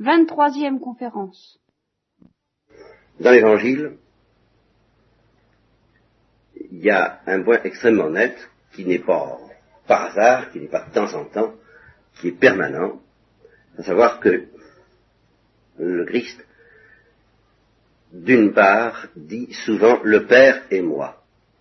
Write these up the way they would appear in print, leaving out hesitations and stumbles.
23e conférence. Dans l'Évangile, il y a un point extrêmement net qui n'est pas par hasard, qui n'est pas de temps en temps, qui est permanent, à savoir que le Christ, d'une part, dit souvent « le Père et moi ».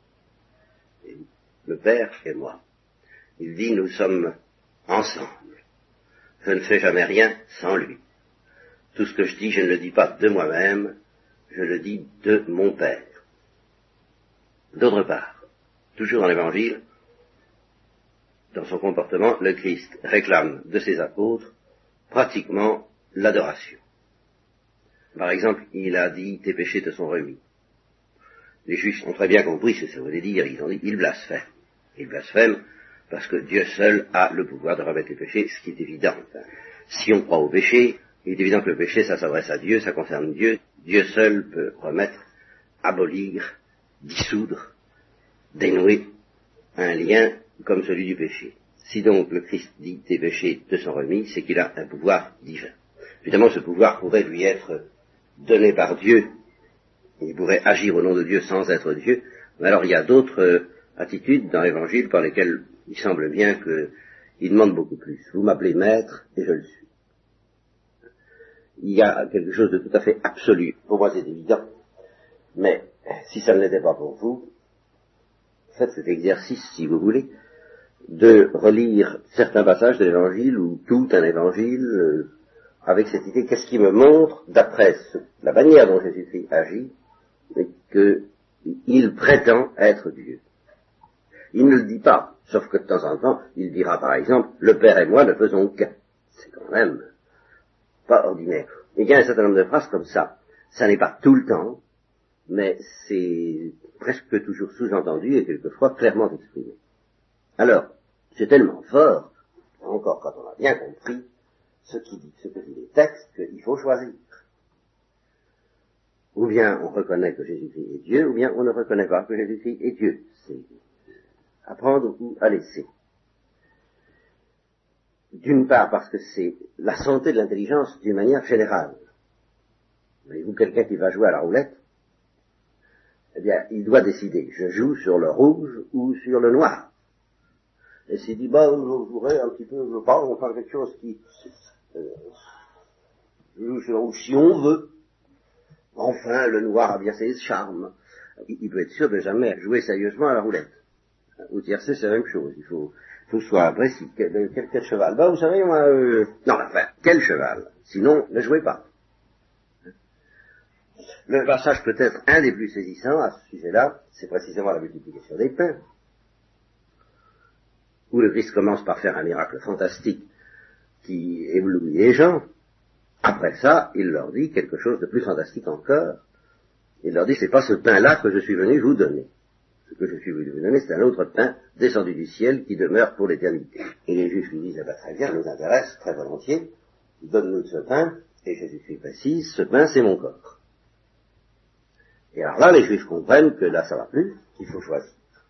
Le Père et moi. Il dit « nous sommes ensemble. Je ne fais jamais rien sans lui. Tout ce que je dis, je ne le dis pas de moi-même, je le dis de mon Père. » D'autre part, toujours dans l'Évangile, dans son comportement, le Christ réclame de ses apôtres pratiquement l'adoration. Par exemple, il a dit « tes péchés te sont remis ». Les Juifs ont très bien compris ce que ça voulait dire, ils ont dit « il blasphème ». Il blasphème parce que Dieu seul a le pouvoir de remettre les péchés, ce qui est évident. Si on croit au péché, il est évident que le péché, ça s'adresse à Dieu, ça concerne Dieu. Dieu seul peut remettre, abolir, dissoudre, dénouer un lien comme celui du péché. Si donc le Christ dit « tes péchés te sont remis », c'est qu'il a un pouvoir divin. Évidemment, ce pouvoir pourrait lui être donné par Dieu. Il pourrait agir au nom de Dieu sans être Dieu. Mais alors il y a d'autres attitudes dans l'Évangile par lesquelles il semble bien qu'il demande beaucoup plus. Vous m'appelez maître et je le suis. Il y a quelque chose de tout à fait absolu. Pour moi c'est évident. Mais si ça ne l'était pas pour vous, faites cet exercice si vous voulez, de relire certains passages de l'Évangile ou tout un Évangile avec cette idée, qu'est-ce qui me montre, d'après la manière dont Jésus-Christ agit, qu'il prétend être Dieu. Il ne le dit pas, sauf que de temps en temps, il dira par exemple, le Père et moi ne faisons qu'un. C'est quand même pas ordinaire. Il y a un certain nombre de phrases comme ça. Ça n'est pas tout le temps, mais c'est presque toujours sous-entendu et quelquefois clairement exprimé. Alors, c'est tellement fort, encore quand on a bien compris ce que dit les textes, qu'il faut choisir. Ou bien on reconnaît que Jésus-Christ est Dieu, ou bien on ne reconnaît pas que Jésus-Christ est Dieu. C'est à prendre ou à laisser. D'une part parce que c'est la santé de l'intelligence d'une manière générale. Voyez-vous, quelqu'un qui va jouer à la roulette, eh bien, il doit décider, je joue sur le rouge ou sur le noir. Et s'il dit, je jouerai un petit peu, je parle, on va faire quelque chose qui joue sur le rouge si on veut. Enfin, le noir a bien ses charmes. Il peut être sûr de jamais jouer sérieusement à la roulette. Au tiercé, c'est la même chose. Il faut que ce soit précis. Quel cheval? Vous savez, moi, non, enfin, quel cheval? Sinon, ne jouez pas. Le passage peut-être un des plus saisissants à ce sujet-là, c'est précisément la multiplication des pains, où le Christ commence par faire un miracle fantastique qui éblouit les gens. Après ça, il leur dit quelque chose de plus fantastique encore. Il leur dit, c'est pas ce pain-là que je suis venu vous donner. Ce que je suis venu vous donner, c'est un autre pain descendu du ciel qui demeure pour l'éternité. Et les Juifs lui disent, très bien, nous intéresse, très volontiers, donne-nous de ce pain, et Jésus-Christ précise, ce pain c'est mon corps. Et alors là, les Juifs comprennent que là ça va plus, qu'il faut choisir.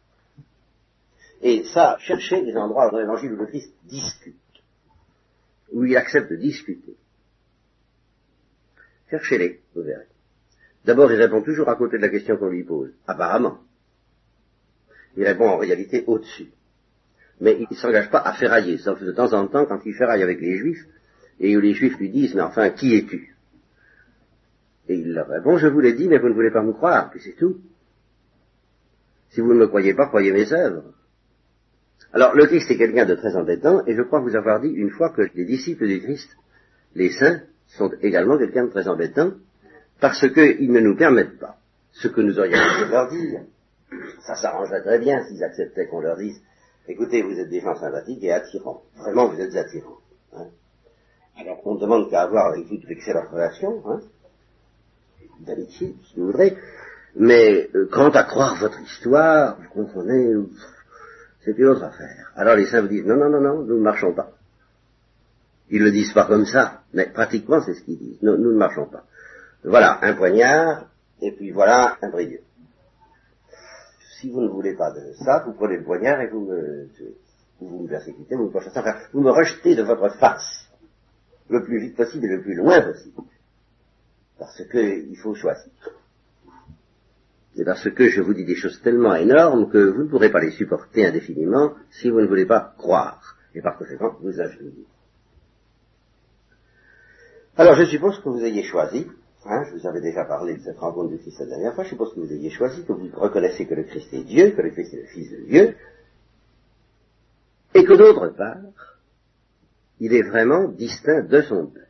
Et ça, cherchez les endroits dans l'Évangile où le Christ discute, où il accepte de discuter. Cherchez-les, vous verrez. D'abord, il répond toujours à côté de la question qu'on lui pose, apparemment. Il répond en réalité au-dessus. Mais il ne s'engage pas à ferrailler, sauf de temps en temps quand il ferraille avec les Juifs, et où les Juifs lui disent, mais enfin, qui es-tu? Et il leur répond, je vous l'ai dit, mais vous ne voulez pas me croire, puis c'est tout. Si vous ne me croyez pas, croyez mes œuvres. Alors, le Christ est quelqu'un de très embêtant, et je crois vous avoir dit une fois que les disciples du Christ, les saints, sont également quelqu'un de très embêtant, parce qu'ils ne nous permettent pas ce que nous aurions pu leur dire. Ça s'arrangerait très bien s'ils acceptaient qu'on leur dise, écoutez, vous êtes des gens sympathiques et attirants. Vraiment, vous êtes attirants. Hein. Alors, on ne demande qu'à avoir avec vous d'excellentes relations, d'amitié, si vous voudrez, mais quant à croire votre histoire, vous comprenez, c'est une autre affaire. Alors les saints vous disent, non, nous ne marchons pas. Ils le disent pas comme ça, mais pratiquement c'est ce qu'ils disent, nous ne marchons pas. Voilà, un poignard, et puis voilà, un brieux. Si vous ne voulez pas de ça, vous prenez le poignard et vous me persécutez, vous me pourchassez, enfin, vous me rejetez de votre face. le plus vite possible et le plus loin possible. Parce qu'il faut choisir. C'est parce que je vous dis des choses tellement énormes que vous ne pourrez pas les supporter indéfiniment si vous ne voulez pas croire. Et par conséquent, vous agenouillez. Alors je suppose que vous ayez choisi, je vous avais déjà parlé de cette rencontre du Christ la dernière fois, je suppose que vous ayez choisi, que vous reconnaissez que le Christ est Dieu, que le Christ est le Fils de Dieu, et que d'autre part, il est vraiment distinct de son Père.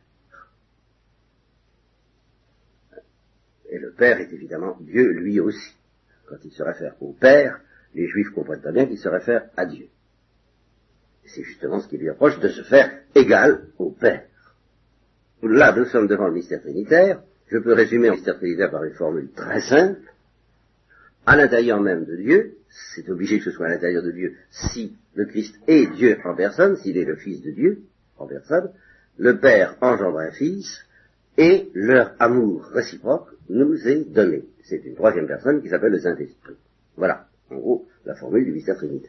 Et le Père est évidemment Dieu lui aussi. Quand il se réfère au Père, les Juifs comprennent très bien qu'il se réfère à Dieu. Et c'est justement ce qui lui approche de se faire égal au Père. Là, nous sommes devant le mystère trinitaire. Je peux résumer le mystère trinitaire par une formule très simple. À l'intérieur même de Dieu, c'est obligé que ce soit à l'intérieur de Dieu, si le Christ est Dieu en personne, s'il est le Fils de Dieu en personne, le Père engendre un Fils, et leur amour réciproque nous est donné. C'est une troisième personne qui s'appelle le Saint-Esprit. Voilà, en gros, la formule du mystère trinitaire.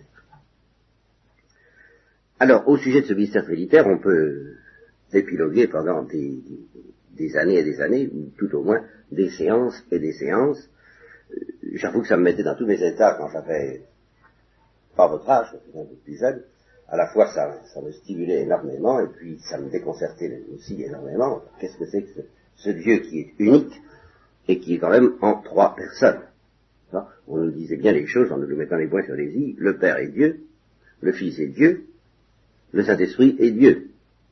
Alors, au sujet de ce mystère trinitaire, on peut épiloguer pendant des années et des années, ou tout au moins des séances et des séances. J'avoue que ça me mettait dans tous mes états quand j'avais pas votre âge, j'étais un peu plus jeune. À la fois ça me stimulait énormément et puis ça me déconcertait aussi énormément. Qu'est-ce que c'est que ce Dieu qui est unique et qui est quand même en trois personnes? On nous disait bien les choses en nous mettant les points sur les i. Le Père est Dieu, le Fils est Dieu, le Saint-Esprit est Dieu.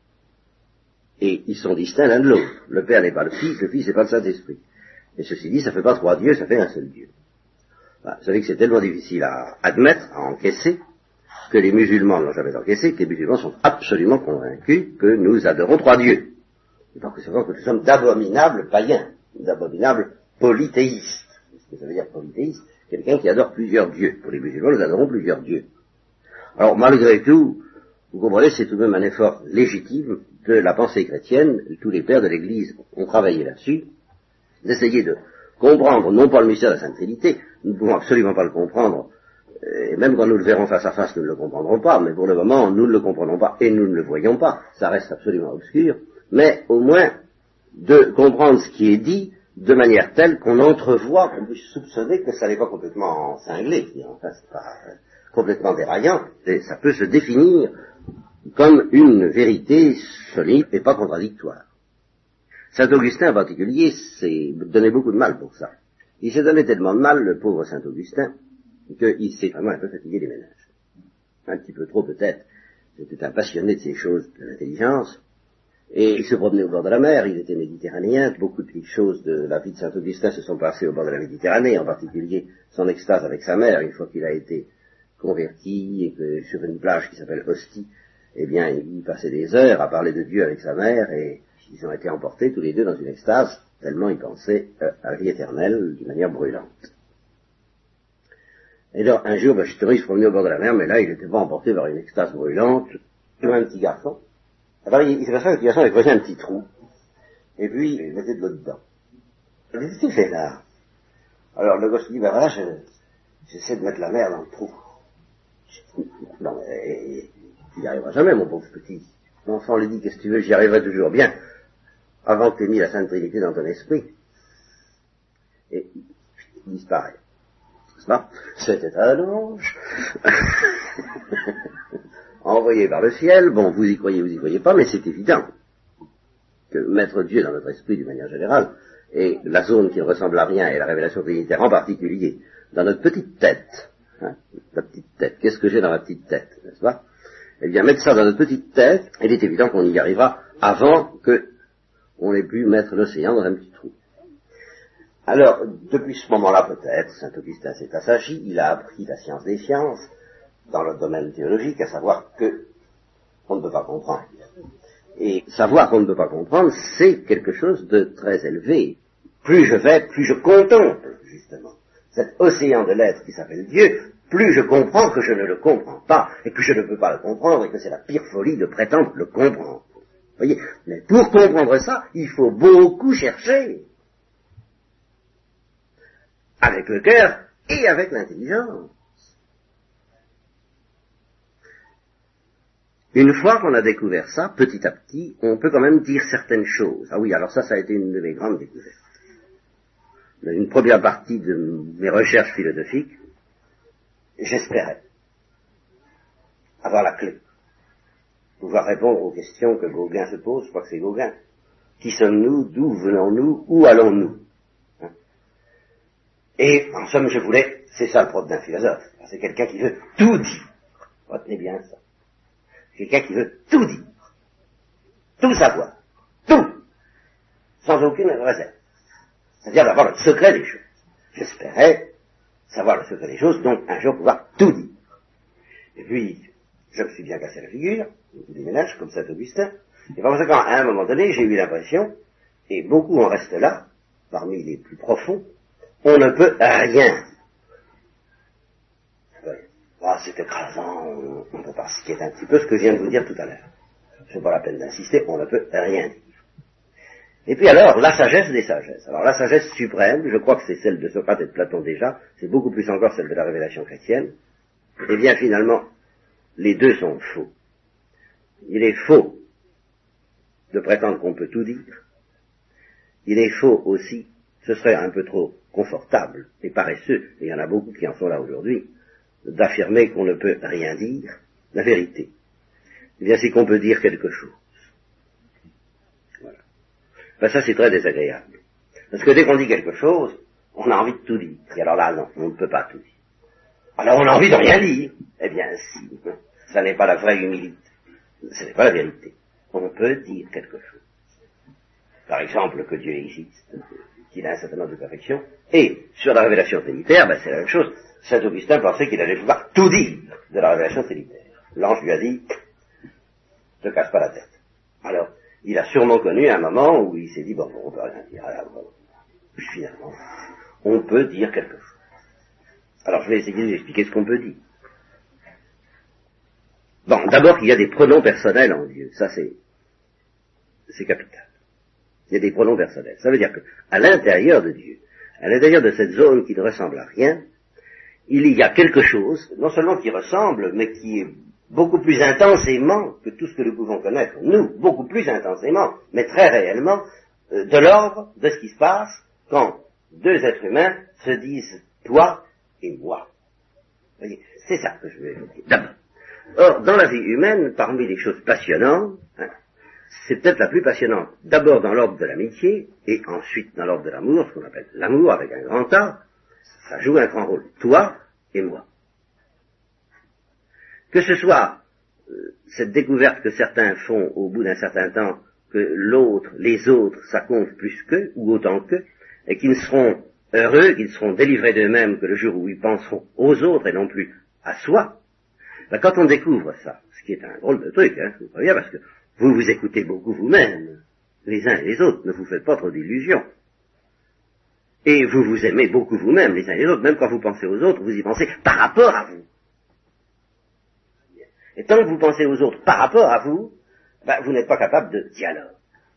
Et ils sont distincts l'un de l'autre. Le Père n'est pas le Fils n'est pas le Saint-Esprit. Et ceci dit, ça ne fait pas trois dieux, ça fait un seul Dieu. Voilà, vous savez que c'est tellement difficile à admettre, à encaisser, que les musulmans ne l'ont jamais encaissé, que les musulmans sont absolument convaincus que nous adorons trois dieux. Et par conséquent que nous sommes d'abominables païens, d'abominables polythéistes. Ce que ça veut dire polythéiste? Quelqu'un qui adore plusieurs dieux. Pour les musulmans, nous adorons plusieurs dieux. Alors malgré tout, vous comprenez, c'est tout de même un effort légitime de la pensée chrétienne. Tous les pères de l'Église ont travaillé là-dessus, d'essayer de comprendre, non pas le mystère de la Sainte Trinité, nous ne pouvons absolument pas le comprendre, et même quand nous le verrons face à face, nous ne le comprendrons pas, mais pour le moment, nous ne le comprenons pas et nous ne le voyons pas, ça reste absolument obscur, mais au moins de comprendre ce qui est dit de manière telle qu'on entrevoit, qu'on puisse soupçonner que ça n'est pas complètement cinglé, enfin, c'est pas complètement déraillant, et ça peut se définir comme une vérité solide et pas contradictoire. Saint Augustin en particulier s'est donné beaucoup de mal pour ça. Il s'est donné tellement de mal, le pauvre Saint Augustin, qu'il s'est vraiment un peu fatigué des ménages. Un petit peu trop peut-être. C'était un passionné de ces choses de l'intelligence. Et il se promenait au bord de la mer, il était méditerranéen. Beaucoup de choses de la vie de Saint Augustin se sont passées au bord de la Méditerranée, en particulier son extase avec sa mère, une fois qu'il a été converti et que sur une plage qui s'appelle Ostie, eh bien, il passait des heures à parler de Dieu avec sa mère et ils ont été emportés tous les deux dans une extase, tellement ils pensaient à la vie éternelle d'une manière brûlante. Et alors, un jour, justement, il se promenait au bord de la mer, mais là, il n'était pas emporté par une extase brûlante, comme un petit garçon. Alors, il s'est passé un petit garçon, il creusait un petit trou, et puis, il mettait de l'eau dedans. Il dit, qu'est-ce que tu fais là? Alors, le gosse dit, ben voilà, j'essaie de mettre la mer dans le trou. Non, mais, tu n'y arriveras jamais, mon pauvre petit. L'enfant lui dit, qu'est-ce que tu veux, j'y arriverai toujours bien, avant que tu aies mis la Sainte Trinité dans ton esprit. Et il disparaît. N'est-ce pas? C'était un ange. Envoyé par le ciel. Bon, vous y croyez pas, mais c'est évident que mettre Dieu dans notre esprit d'une manière générale, et la zone qui ne ressemble à rien, et la révélation trinitaire en particulier, dans notre petite tête, la petite tête, qu'est-ce que j'ai dans ma petite tête, n'est-ce pas? Eh bien, mettre ça dans notre petite tête, il est évident qu'on y arrivera avant qu'on ait pu mettre l'océan dans un petit trou. Alors, depuis ce moment-là peut-être, saint Augustin s'est assagi, il a appris la science des sciences, dans le domaine théologique, à savoir que on ne peut pas comprendre. Et savoir qu'on ne peut pas comprendre, c'est quelque chose de très élevé. Plus je vais, plus je contemple, justement, cet océan de l'être qui s'appelle Dieu, plus je comprends que je ne le comprends pas, et que je ne peux pas le comprendre, et que c'est la pire folie de prétendre le comprendre. Vous voyez? Mais pour comprendre ça, il faut beaucoup chercher. Avec le cœur et avec l'intelligence. Une fois qu'on a découvert ça, petit à petit, on peut quand même dire certaines choses. Ah oui, alors ça a été une de mes grandes découvertes. Dans une première partie de mes recherches philosophiques, j'espérais avoir la clé, pouvoir répondre aux questions que Gauguin se pose. Je crois que c'est Gauguin. Qui sommes-nous? D'où venons-nous? Où allons-nous? Et en somme, je voulais, c'est ça le propre d'un philosophe, c'est quelqu'un qui veut tout dire. Retenez bien ça. Quelqu'un qui veut tout dire, tout savoir, tout, sans aucune réserve. C'est-à-dire d'avoir le secret des choses. J'espérais savoir le secret des choses, donc un jour pouvoir tout dire. Et puis, je me suis bien cassé la figure, beaucoup des ménages, comme Saint-Augustin, et par conséquent, à un moment donné, j'ai eu l'impression, et beaucoup en restent là, parmi les plus profonds, on ne peut rien. Ah, c'est écrasant, on ne peut pas, ce qui est un petit peu ce que je viens de vous dire tout à l'heure. C'est pas la peine d'insister, on ne peut rien dire. Et puis alors, la sagesse des sagesses. Alors la sagesse suprême, je crois que c'est celle de Socrate et de Platon déjà, c'est beaucoup plus encore celle de la révélation chrétienne. Eh bien finalement, les deux sont faux. Il est faux de prétendre qu'on peut tout dire. Il est faux aussi, ce serait un peu trop confortable et paresseux, et il y en a beaucoup qui en sont là aujourd'hui, d'affirmer qu'on ne peut rien dire, la vérité. Eh bien, c'est qu'on peut dire quelque chose. Voilà. Ben, ça, c'est très désagréable. Parce que dès qu'on dit quelque chose, on a envie de tout dire. Et alors là, non, on ne peut pas tout dire. Alors on a envie de rien dire. Eh bien, si, ça n'est pas la vraie humilité. Ce n'est pas la vérité. On peut dire quelque chose. Par exemple, que Dieu existe, qu'il a un certain nombre de perfections, et sur la révélation trinitaire, ben, c'est la même chose. Saint Augustin pensait qu'il allait pouvoir tout dire de la révélation trinitaire. L'ange lui a dit, te casse pas la tête. Alors, il a sûrement connu un moment où il s'est dit, bon, on peut rien dire. Alors, bon, finalement, on peut dire quelque chose. Alors, je vais essayer de vous expliquer ce qu'on peut dire. Bon, d'abord qu'il y a des pronoms personnels en Dieu. Ça, c'est capital. Il y a des pronoms personnels. Ça veut dire que, à l'intérieur de Dieu, à l'intérieur de cette zone qui ne ressemble à rien, il y a quelque chose, non seulement qui ressemble, mais qui est beaucoup plus intensément que tout ce que nous pouvons connaître, nous, beaucoup plus intensément, mais très réellement, de l'ordre de ce qui se passe quand deux êtres humains se disent toi et moi. Vous voyez, c'est ça que je veux évoquer. D'abord. Or, dans la vie humaine, parmi les choses passionnantes, c'est peut-être la plus passionnante. D'abord dans l'ordre de l'amitié, et ensuite dans l'ordre de l'amour, ce qu'on appelle l'amour avec un grand A, ça joue un grand rôle. Toi et moi. Que ce soit cette découverte que certains font au bout d'un certain temps, que l'autre, les autres, ça compte plus qu'eux, ou autant qu'eux, et qu'ils ne seront heureux, qu'ils seront délivrés d'eux-mêmes que le jour où ils penseront aux autres et non plus à soi, ben quand on découvre ça, ce qui est un drôle de truc, je vous préviens, parce que vous vous écoutez beaucoup vous-même, les uns et les autres, ne vous faites pas trop d'illusions. Et vous vous aimez beaucoup vous-même, les uns et les autres, même quand vous pensez aux autres, vous y pensez par rapport à vous. Et tant que vous pensez aux autres par rapport à vous, ben, vous n'êtes pas capable de dialogue.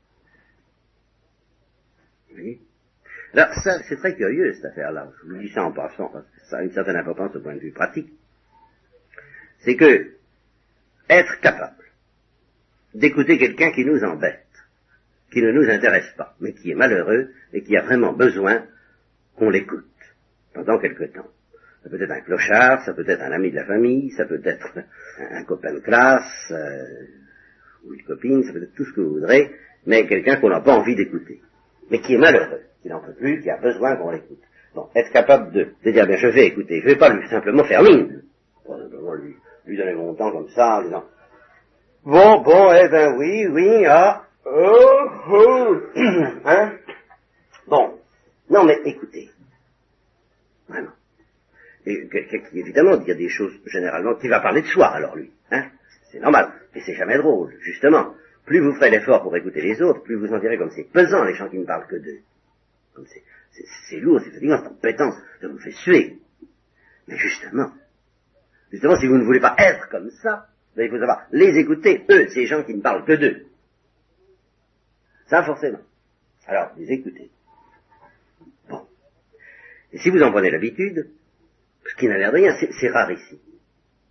Oui. Alors ça, c'est très curieux cette affaire-là. Je vous dis ça en passant, parce que ça a une certaine importance au point de vue pratique. C'est que être capable d'écouter quelqu'un qui nous embête, qui ne nous intéresse pas, mais qui est malheureux et qui a vraiment besoin qu'on l'écoute pendant quelque temps. Ça peut être un clochard, ça peut être un ami de la famille, ça peut être un copain de classe, ou une copine, ça peut être tout ce que vous voudrez, mais quelqu'un qu'on n'a pas envie d'écouter, mais qui est malheureux, qui n'en peut plus, qui a besoin qu'on l'écoute. Bon, être capable de dire, bien je vais écouter, je vais pas lui simplement faire mine, lui donner mon temps comme ça, en disant, bon, eh ben oui, hein, bon, non mais écoutez, vraiment. Et évidemment, il y a des choses, généralement, qui va parler de soi, alors lui, hein, c'est normal, et c'est jamais drôle, justement. Plus vous ferez l'effort pour écouter les autres, plus vous en direz comme c'est pesant, les gens qui ne parlent que d'eux. Comme c'est lourd, c'est fatigant, c'est embêtant, ça vous fait suer. Mais justement, si vous ne voulez pas être comme ça, il faut savoir les écouter, eux, ces gens qui ne parlent que d'eux. Ça, forcément. Alors, les écoutez. Bon. Et si vous en prenez l'habitude, ce qui n'a l'air de rien, c'est rare ici.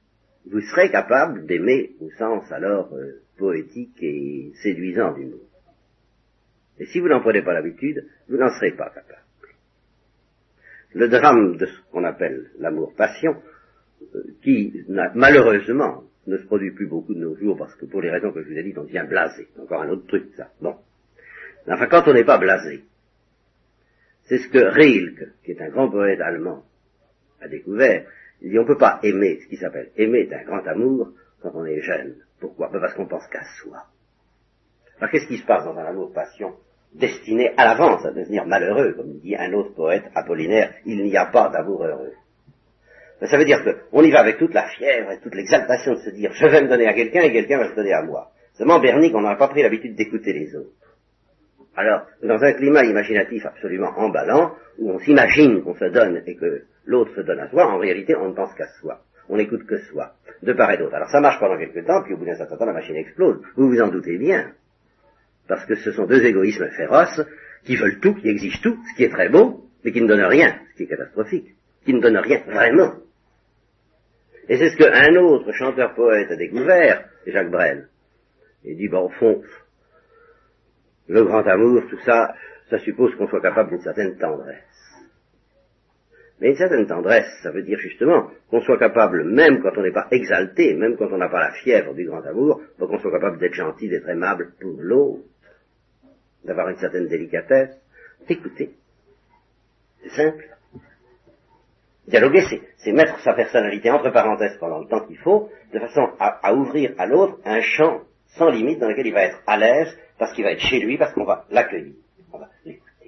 vous serez capable d'aimer au sens alors poétique et séduisant du mot. Et si vous n'en prenez pas l'habitude, vous n'en serez pas capable. Le drame de ce qu'on appelle l'amour-passion, qui malheureusement ne se produit plus beaucoup de nos jours, parce que pour les raisons que je vous ai dites, on devient blasé. Encore un autre truc, ça. Bon. Enfin, quand on n'est pas blasé, c'est ce que Rilke, qui est un grand poète allemand, a découvert. Il dit, on ne peut pas aimer ce qui s'appelle aimer est un grand amour quand on est jeune. Pourquoi? Parce qu'on pense qu'à soi. Alors qu'est-ce qui se passe dans un amour-passion destiné à l'avance à devenir malheureux, comme dit un autre poète apollinaire, il n'y a pas d'amour heureux. Ça veut dire qu'on y va avec toute la fièvre et toute l'exaltation de se dire, je vais me donner à quelqu'un et quelqu'un va se donner à moi. Seulement, Bernic, on n'aurait pas pris l'habitude d'écouter les autres. Alors, dans un climat imaginatif absolument emballant, où on s'imagine qu'on se donne et que l'autre se donne à soi, en réalité, on ne pense qu'à soi. On n'écoute que soi, de part et d'autre. Alors ça marche pendant quelque temps, puis au bout d'un certain temps, la machine explose. Vous vous en doutez bien. Parce que ce sont deux égoïsmes féroces qui veulent tout, qui exigent tout, ce qui est très beau, mais qui ne donne rien, ce qui est catastrophique, qui ne donne rien vraiment. Et c'est ce qu'un autre chanteur-poète a découvert, Jacques Brel. Il dit, au fond, le grand amour, tout ça, ça suppose qu'on soit capable d'une certaine tendresse. Mais une certaine tendresse, ça veut dire justement qu'on soit capable, même quand on n'est pas exalté, même quand on n'a pas la fièvre du grand amour, qu'on soit capable d'être gentil, d'être aimable pour l'autre, d'avoir une certaine délicatesse, d'écouter. C'est simple. Dialoguer, c'est mettre sa personnalité entre parenthèses pendant le temps qu'il faut, de façon à ouvrir à l'autre un champ sans limite dans lequel il va être à l'aise, parce qu'il va être chez lui, parce qu'on va l'accueillir, on va l'écouter.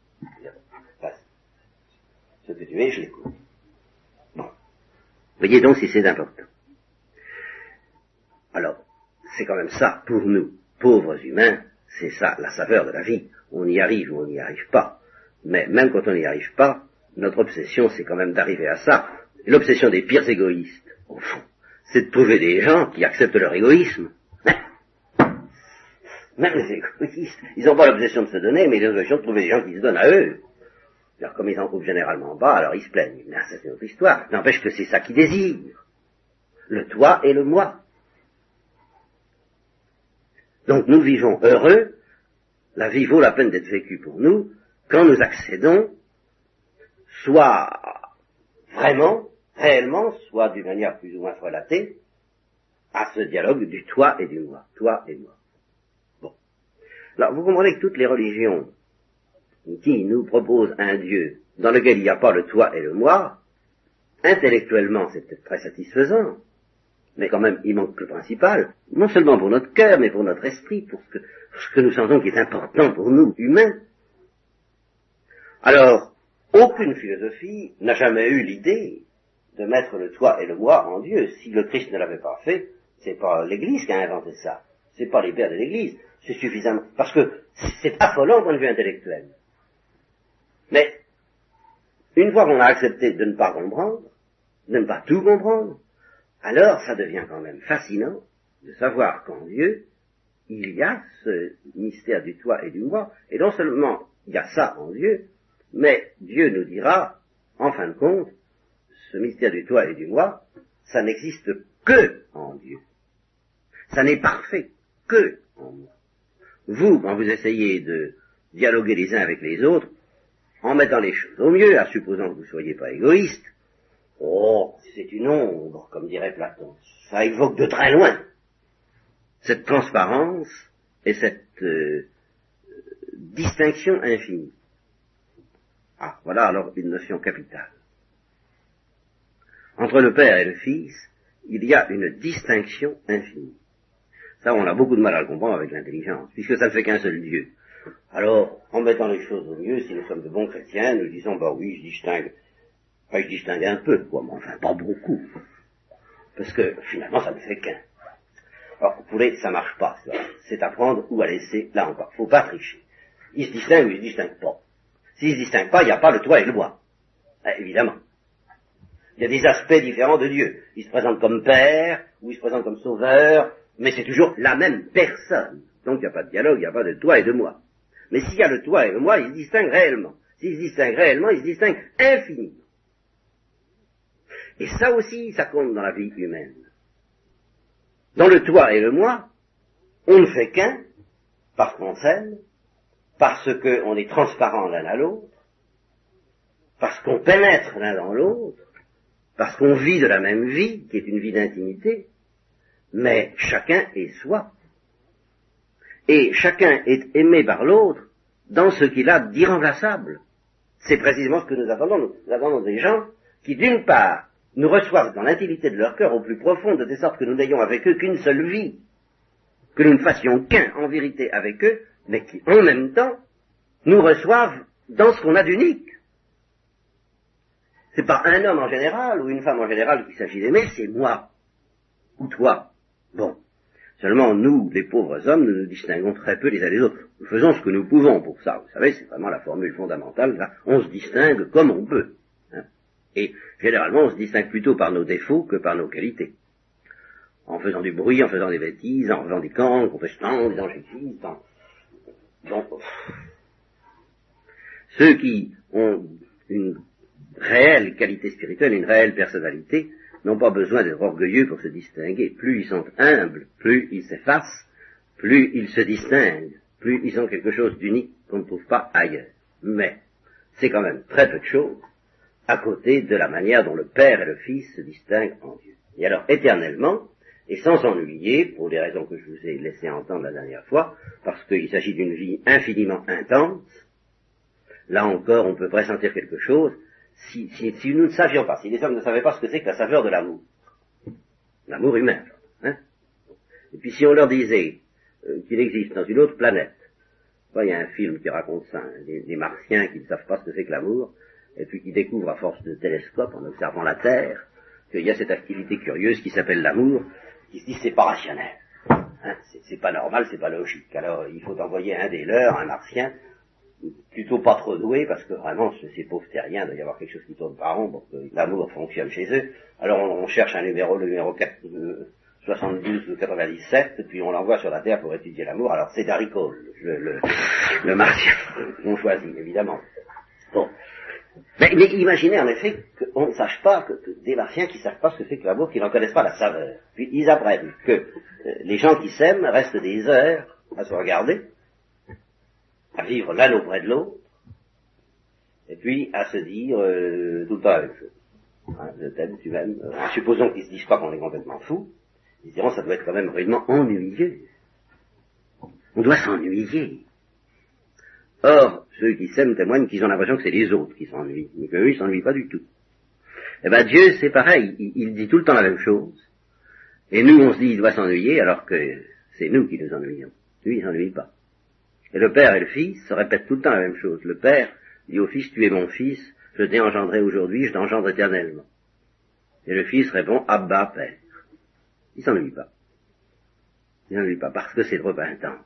Ce que tu es, je l'écoute. Bon. Voyez donc si c'est important. Alors, c'est quand même ça, pour nous, pauvres humains, c'est ça, la saveur de la vie. On y arrive ou on n'y arrive pas. Mais même quand on n'y arrive pas, notre obsession, c'est quand même d'arriver à ça. L'obsession des pires égoïstes, au fond, c'est de trouver des gens qui acceptent leur égoïsme. Même les égoïstes, ils n'ont pas l'obsession de se donner, mais ils ont l'obsession de trouver des gens qui se donnent à eux. Alors comme ils en trouvent généralement pas, alors ils se plaignent. Mais ça c'est notre histoire. N'empêche que c'est ça qu'ils désirent. Le toi et le moi. Donc nous vivons heureux, la vie vaut la peine d'être vécue pour nous, quand nous accédons, soit vraiment, réellement, soit d'une manière plus ou moins relatée, à ce dialogue du toi et du moi. Toi et moi. Bon. Alors vous comprenez que toutes les religions qui nous propose un Dieu dans lequel il n'y a pas le toi et le moi, intellectuellement c'est peut-être très satisfaisant, mais quand même il manque le principal, non seulement pour notre cœur, mais pour notre esprit, pour ce que nous sentons qui est important pour nous, humains. Alors, aucune philosophie n'a jamais eu l'idée de mettre le toi et le moi en Dieu. Si le Christ ne l'avait pas fait, c'est pas l'Église qui a inventé ça, c'est pas les pères de l'Église, c'est suffisamment, parce que c'est affolant au point de vue intellectuel. Mais, une fois qu'on a accepté de ne pas comprendre, de ne pas tout comprendre, alors ça devient quand même fascinant de savoir qu'en Dieu, il y a ce mystère du toi et du moi, et non seulement il y a ça en Dieu, mais Dieu nous dira, en fin de compte, ce mystère du toi et du moi, ça n'existe que en Dieu. Ça n'est parfait que en moi. Vous, quand vous essayez de dialoguer les uns avec les autres, en mettant les choses au mieux, à supposant que vous ne soyez pas égoïste, c'est une ombre, comme dirait Platon. Ça évoque de très loin cette transparence et cette distinction infinie. Ah, voilà alors une notion capitale. Entre le Père et le Fils, il y a une distinction infinie. Ça, on a beaucoup de mal à le comprendre avec l'intelligence, puisque ça ne fait qu'un seul Dieu. Alors, en mettant les choses au mieux, si nous sommes de bons chrétiens, nous disons, oui, je distingue un peu, quoi, mais enfin, pas beaucoup. Parce que, finalement, ça ne fait qu'un. Alors, vous voulez, ça marche pas, ça. C'est à prendre ou à laisser, là encore. Faut pas tricher. Il se distingue ou il se distingue pas. S'il se distingue pas, il n'y a pas le toi et le moi. Évidemment. Il y a des aspects différents de Dieu. Il se présente comme Père, ou il se présente comme Sauveur, mais c'est toujours la même personne. Donc il n'y a pas de dialogue, il n'y a pas de toi et de moi. Mais s'il y a le toi et le moi, il se distingue réellement. S'il se distingue réellement, il se distingue infiniment. Et ça aussi, ça compte dans la vie humaine. Dans le toi et le moi, on ne fait qu'un, parce qu'on s'aime, parce qu'on est transparent l'un à l'autre, parce qu'on pénètre l'un dans l'autre, parce qu'on vit de la même vie, qui est une vie d'intimité, mais chacun est soi. Et chacun est aimé par l'autre dans ce qu'il a d'irremplaçable. C'est précisément ce que nous attendons. Nous attendons des gens qui, d'une part, nous reçoivent dans l'intimité de leur cœur au plus profond, de telle sorte que nous n'ayons avec eux qu'une seule vie, que nous ne fassions qu'un en vérité avec eux, mais qui, en même temps, nous reçoivent dans ce qu'on a d'unique. C'est pas un homme en général ou une femme en général qu'il s'agit d'aimer, c'est moi ou toi. Bon. Seulement, nous, les pauvres hommes, nous nous distinguons très peu les uns des autres. Nous faisons ce que nous pouvons pour ça. Vous savez, c'est vraiment la formule fondamentale. Là, on se distingue comme on peut. Hein. Et généralement, on se distingue plutôt par nos défauts que par nos qualités. En faisant du bruit, en faisant des bêtises, en revendiquant, en contestant, en disant j'existe. Donc, ceux qui ont une réelle qualité spirituelle, une réelle personnalité, n'ont pas besoin d'être orgueilleux pour se distinguer. Plus ils sont humbles, plus ils s'effacent, plus ils se distinguent, plus ils ont quelque chose d'unique qu'on ne trouve pas ailleurs. Mais c'est quand même très peu de choses à côté de la manière dont le Père et le Fils se distinguent en Dieu. Et alors, éternellement, et sans s'ennuyer, pour des raisons que je vous ai laissé entendre la dernière fois, parce qu'il s'agit d'une vie infiniment intense, là encore, on peut pressentir quelque chose. Si nous ne savions pas, si les hommes ne savaient pas ce que c'est que la saveur de l'amour, l'amour humain, hein, et puis si on leur disait qu'il existe dans une autre planète, il y a un film qui raconte ça, hein, des martiens qui ne savent pas ce que c'est que l'amour, et puis qui découvrent à force de télescope, en observant la Terre, qu'il y a cette activité curieuse qui s'appelle l'amour, qui se dit c'est pas rationnel, hein, c'est pas normal, c'est pas logique, alors il faut envoyer un des leurs, un martien, plutôt pas trop doué, parce que vraiment, ces pauvres terriens, il doit y avoir quelque chose qui tourne par rond pour que l'amour fonctionne chez eux. Alors on cherche le numéro 72 ou 97, puis on l'envoie sur la Terre pour étudier l'amour. Alors c'est Daricole, le martien qu'on choisit, évidemment. Bon. Mais imaginez en effet qu'on ne sache pas, que des martiens qui ne savent pas ce que c'est que l'amour, qui n'en connaissent pas la saveur. Puis ils apprennent que les gens qui s'aiment restent des heures à se regarder, à vivre l'un auprès de l'autre, et puis à se dire tout le temps la même chose. Hein, je t'aime, tu m'aimes. Supposons qu'ils se disent pas qu'on est complètement fou, ils se diront ça doit être quand même rudement ennuyeux. On doit s'ennuyer. Or, ceux qui s'aiment témoignent qu'ils ont l'impression que c'est les autres qui s'ennuient, mais qu'eux ils s'ennuient pas du tout. Eh ben Dieu c'est pareil, il dit tout le temps la même chose, et nous on se dit il doit s'ennuyer alors que c'est nous qui nous ennuyons. Lui il s'ennuie pas. Et le Père et le Fils se répètent tout le temps la même chose. Le Père dit au Fils, tu es mon Fils, je t'ai engendré aujourd'hui, je t'engendre éternellement. Et le Fils répond, Abba, Père. Il s'ennuie pas. Il s'ennuie pas, parce que c'est trop intense.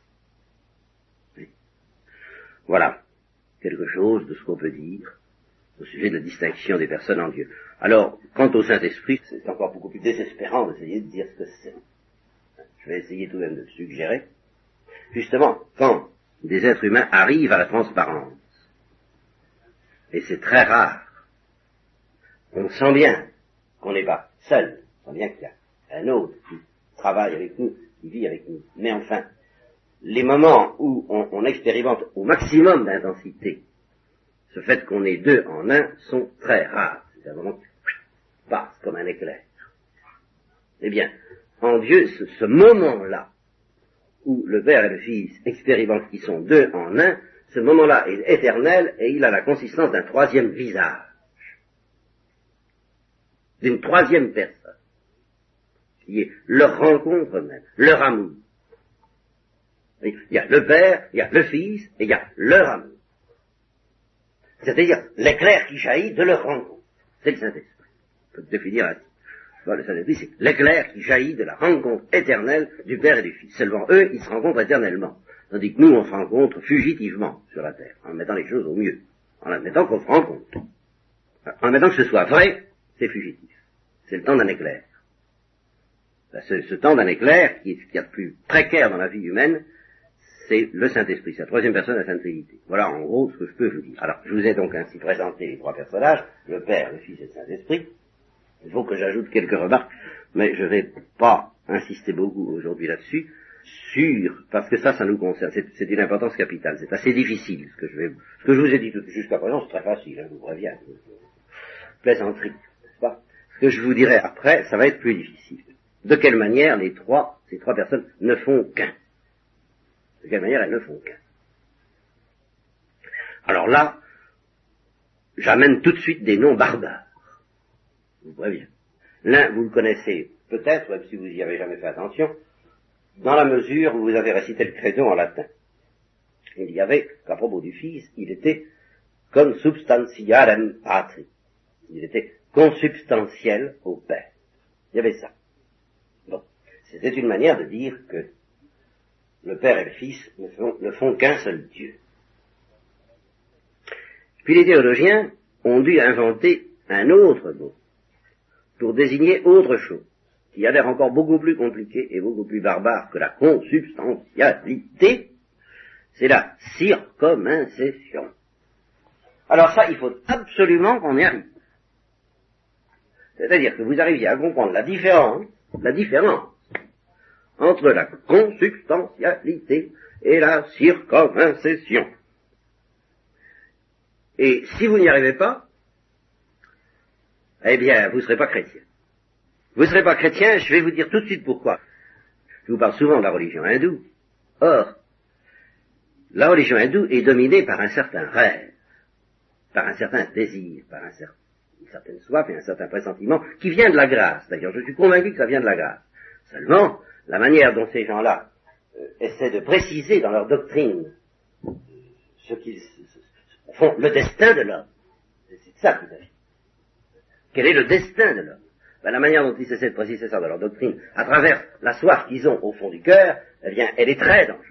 Oui. Voilà, quelque chose de ce qu'on peut dire au sujet de la distinction des personnes en Dieu. Alors, quant au Saint-Esprit, c'est encore beaucoup plus désespérant d'essayer de dire ce que c'est. Je vais essayer tout de même de le suggérer. Justement, quand des êtres humains arrivent à la transparence, et c'est très rare, on sent bien qu'on n'est pas seul, on sent bien qu'il y a un autre qui travaille avec nous, qui vit avec nous. Mais enfin, les moments où on expérimente au maximum d'intensité ce fait qu'on est deux en un sont très rares. C'est un moment qui passe comme un éclair. Eh bien, en Dieu, ce moment-là, où le Père et le Fils expérimentent qu'ils sont deux en un, ce moment-là est éternel et il a la consistance d'un troisième visage, d'une troisième personne, qui est leur rencontre même, leur amour. Il y a le Père, il y a le Fils et il y a leur amour. C'est-à-dire l'éclair qui jaillit de leur rencontre. C'est le Saint-Esprit. On peut le définir ainsi. Bon, le Saint-Esprit, c'est l'éclair qui jaillit de la rencontre éternelle du Père et du Fils. Seulement eux, ils se rencontrent éternellement. Tandis que nous, on se rencontre fugitivement sur la terre, en mettant les choses au mieux, en admettant qu'on se rencontre. En admettant que ce soit vrai, c'est fugitif. C'est le temps d'un éclair. Ce temps d'un éclair, qui est ce qu'il y a de plus précaire dans la vie humaine, c'est le Saint-Esprit, c'est la troisième personne de la Sainte Trinité. Voilà en gros ce que je peux vous dire. Alors, je vous ai donc ainsi présenté les trois personnages, le Père, le Fils et le Saint-Esprit. Il faut que j'ajoute quelques remarques mais je ne vais pas insister beaucoup aujourd'hui là-dessus, parce que ça nous concerne, c'est d'une importance capitale, c'est assez difficile, ce que je vous ai dit jusqu'à présent, c'est très facile, je vous préviens, plaisanterie, n'est-ce pas? Ce que je vous dirai après, ça va être plus difficile. De quelle manière ces trois personnes ne font qu'un? De quelle manière elles ne font qu'un? Alors là, j'amène tout de suite des noms barbares. Je vous préviens. L'un, vous le connaissez peut-être, même si vous n'y avez jamais fait attention, dans la mesure où vous avez récité le credo en latin. Il y avait, qu'à propos du Fils, il était consubstantialem patri. Il était consubstantiel au Père. Il y avait ça. Bon. C'était une manière de dire que le Père et le Fils ne font qu'un seul Dieu. Puis les théologiens ont dû inventer un autre mot pour désigner autre chose, qui a l'air encore beaucoup plus compliqué et beaucoup plus barbare que la consubstantialité, c'est la circomincession. Alors ça, il faut absolument qu'on y arrive. C'est-à-dire que vous arriviez à comprendre la différence entre la consubstantialité et la circomincession. Et si vous n'y arrivez pas, eh bien, vous ne serez pas chrétien. Vous ne serez pas chrétien, je vais vous dire tout de suite pourquoi. Je vous parle souvent de la religion hindoue. Or, la religion hindoue est dominée par un certain rêve, par un certain désir, par une certaine soif et un certain pressentiment qui vient de la grâce. D'ailleurs, je suis convaincu que ça vient de la grâce. Seulement, la manière dont ces gens-là essaient de préciser dans leur doctrine ce qu'ils font, le destin de l'homme, c'est ça qu'ils affirment. Quel est le destin de l'homme? La manière dont ils essaient de préciser ça dans leur doctrine, à travers la soif qu'ils ont au fond du cœur, eh bien, elle est très dangereuse.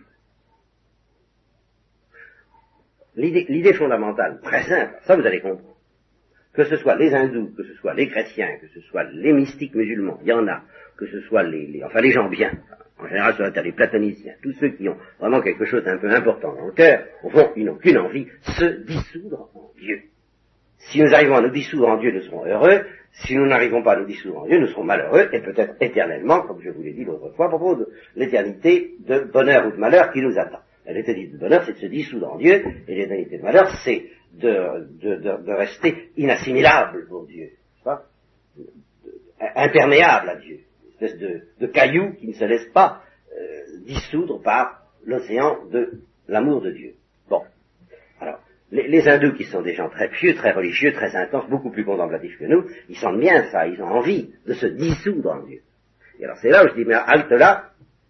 L'idée fondamentale, très simple, ça vous allez comprendre, que ce soit les hindous, que ce soit les chrétiens, que ce soit les mystiques musulmans, il y en a, que ce soit les gens bien, en général ce sont les platoniciens, tous ceux qui ont vraiment quelque chose d'un peu important dans le cœur, au fond, ils n'ont qu'une envie, se dissoudre en Dieu. Si nous arrivons à nous dissoudre en Dieu, nous serons heureux. Si nous n'arrivons pas à nous dissoudre en Dieu, nous serons malheureux, et peut-être éternellement, comme je vous l'ai dit l'autre fois, à propos de l'éternité de bonheur ou de malheur qui nous attend. L'éternité de bonheur, c'est de se dissoudre en Dieu, et l'éternité de malheur, c'est de rester inassimilable pour Dieu, pas imperméable à Dieu, une espèce de caillou qui ne se laisse pas dissoudre par l'océan de l'amour de Dieu. Bon, alors, les hindous qui sont des gens très pieux, très religieux, très intenses, beaucoup plus contemplatifs que nous, ils sentent bien ça, ils ont envie de se dissoudre en Dieu. Et alors c'est là où je dis, mais halte là,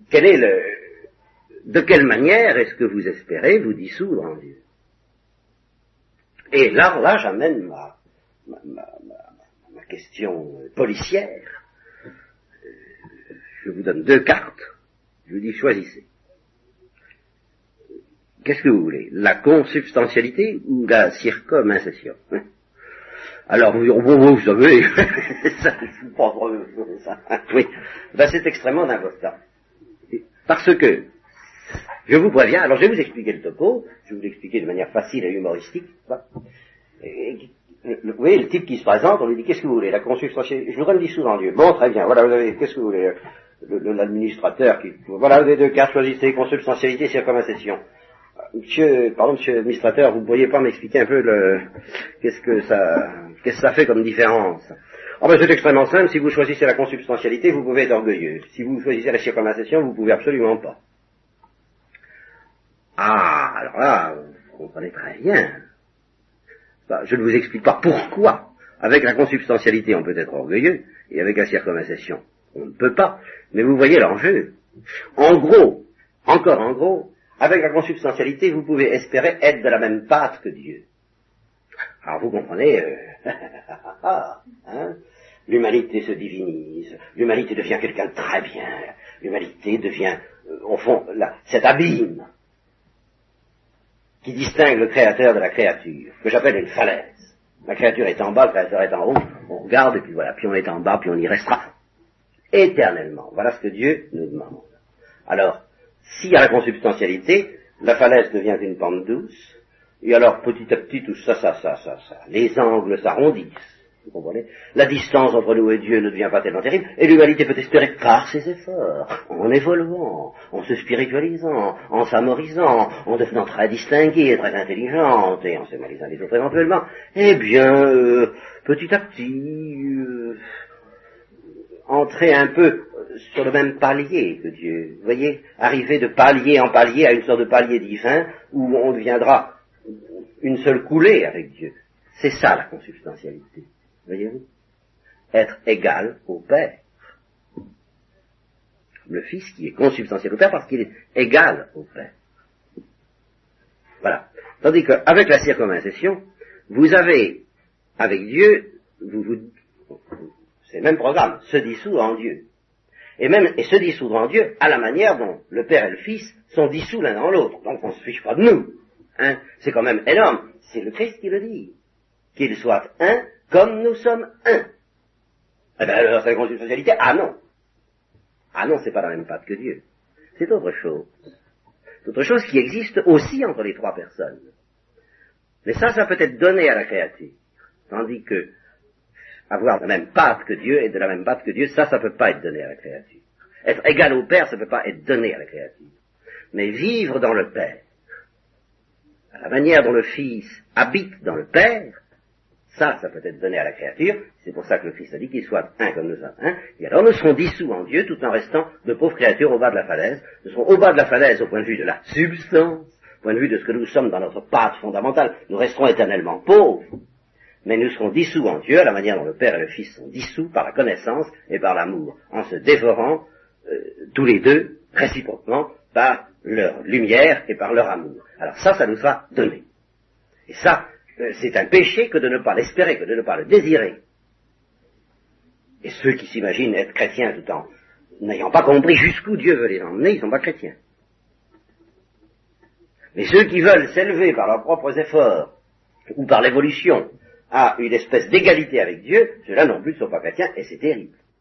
de quelle manière est-ce que vous espérez vous dissoudre en Dieu? Et là j'amène ma question policière. Je vous donne 2 cartes, je vous dis choisissez. Qu'est-ce que vous voulez? La consubstantialité ou la circomincession? Alors, vous savez, ça, je ne pense pas ça. Oui, c'est extrêmement important. Parce que, je vous préviens, alors je vais vous expliquer le topo, je vais vous l'expliquer de manière facile et humoristique. Vous voyez, le type qui se présente, on lui dit, qu'est-ce que vous voulez? La consubstantialité, je voudrais me dissoudre en Dieu. Bon, très bien, voilà, vous avez, qu'est-ce que vous voulez? L'administrateur voilà, vous avez 2 cartes, choisissez, consubstantialité, circomincession. Monsieur l'administrateur, vous ne pourriez pas m'expliquer un peu qu'est-ce que ça fait comme différence? C'est extrêmement simple, si vous choisissez la consubstantialité, vous pouvez être orgueilleux. Si vous choisissez la circomincession, vous pouvez absolument pas. Ah, alors là, vous comprenez très bien. Je ne vous explique pas pourquoi. Avec la consubstantialité, on peut être orgueilleux, et avec la circomincession, on ne peut pas. Mais vous voyez l'enjeu. En gros, avec la consubstantialité, vous pouvez espérer être de la même pâte que Dieu. Alors vous comprenez, l'humanité se divinise, l'humanité devient quelqu'un de très bien, l'humanité devient, au fond, cet abîme qui distingue le créateur de la créature, que j'appelle une falaise. La créature est en bas, le créateur est en haut, on regarde, et puis voilà, puis on est en bas, puis on y restera éternellement. Voilà ce que Dieu nous demande. Alors, s'il y a la consubstantialité, la falaise devient une pente douce, et alors petit à petit tout ça, les angles s'arrondissent, Vous comprenez? La distance entre nous et Dieu ne devient pas tellement terrible, et l'humanité peut espérer par ses efforts, en évoluant, en se spiritualisant, en s'amorisant, en devenant très distinguée, très intelligente, et en s'aimant les uns les autres éventuellement, eh bien, petit à petit, entrer un peu sur le même palier que Dieu. Vous voyez, arriver de palier en palier à une sorte de palier divin où on deviendra une seule coulée avec Dieu. C'est ça la consubstantialité. Voyez-vous? Être égal au Père. Le Fils qui est consubstantiel au Père parce qu'il est égal au Père. Voilà. Tandis qu'avec la circoncision, vous avez, avec Dieu, c'est le même programme, se dissoudre en Dieu. Et se dissoudre en Dieu à la manière dont le Père et le Fils sont dissous l'un dans l'autre. Donc on ne se fiche pas de nous. Hein. C'est quand même énorme. C'est le Christ qui le dit. Qu'il soit un comme nous sommes un. Eh bien alors c'est la consubstantialité. Ah non. Ah non, c'est pas la même patte que Dieu. C'est autre chose. C'est autre chose qui existe aussi entre les trois personnes. Mais ça peut être donné à la créature. Tandis que avoir la même patte que Dieu et de la même patte que Dieu, ça peut pas être donné à la créature. Être égal au Père, ça peut pas être donné à la créature. Mais vivre dans le Père, à la manière dont le Fils habite dans le Père, ça peut être donné à la créature. C'est pour ça que le Fils a dit qu'il soit un comme nous sommes un. Et alors nous serons dissous en Dieu tout en restant de pauvres créatures au bas de la falaise. Nous serons au bas de la falaise au point de vue de la substance, au point de vue de ce que nous sommes dans notre patte fondamentale. Nous resterons éternellement pauvres. Mais nous serons dissous en Dieu à la manière dont le Père et le Fils sont dissous par la connaissance et par l'amour, en se dévorant tous les deux, réciproquement, par leur lumière et par leur amour. Alors ça nous sera donné. Et ça, c'est un péché que de ne pas l'espérer, que de ne pas le désirer. Et ceux qui s'imaginent être chrétiens tout en n'ayant pas compris jusqu'où Dieu veut les emmener, ils ne sont pas chrétiens. Mais ceux qui veulent s'élever par leurs propres efforts, ou par l'évolution, à une espèce d'égalité avec Dieu, ceux-là non plus ne sont pas chrétiens, et c'est terrible.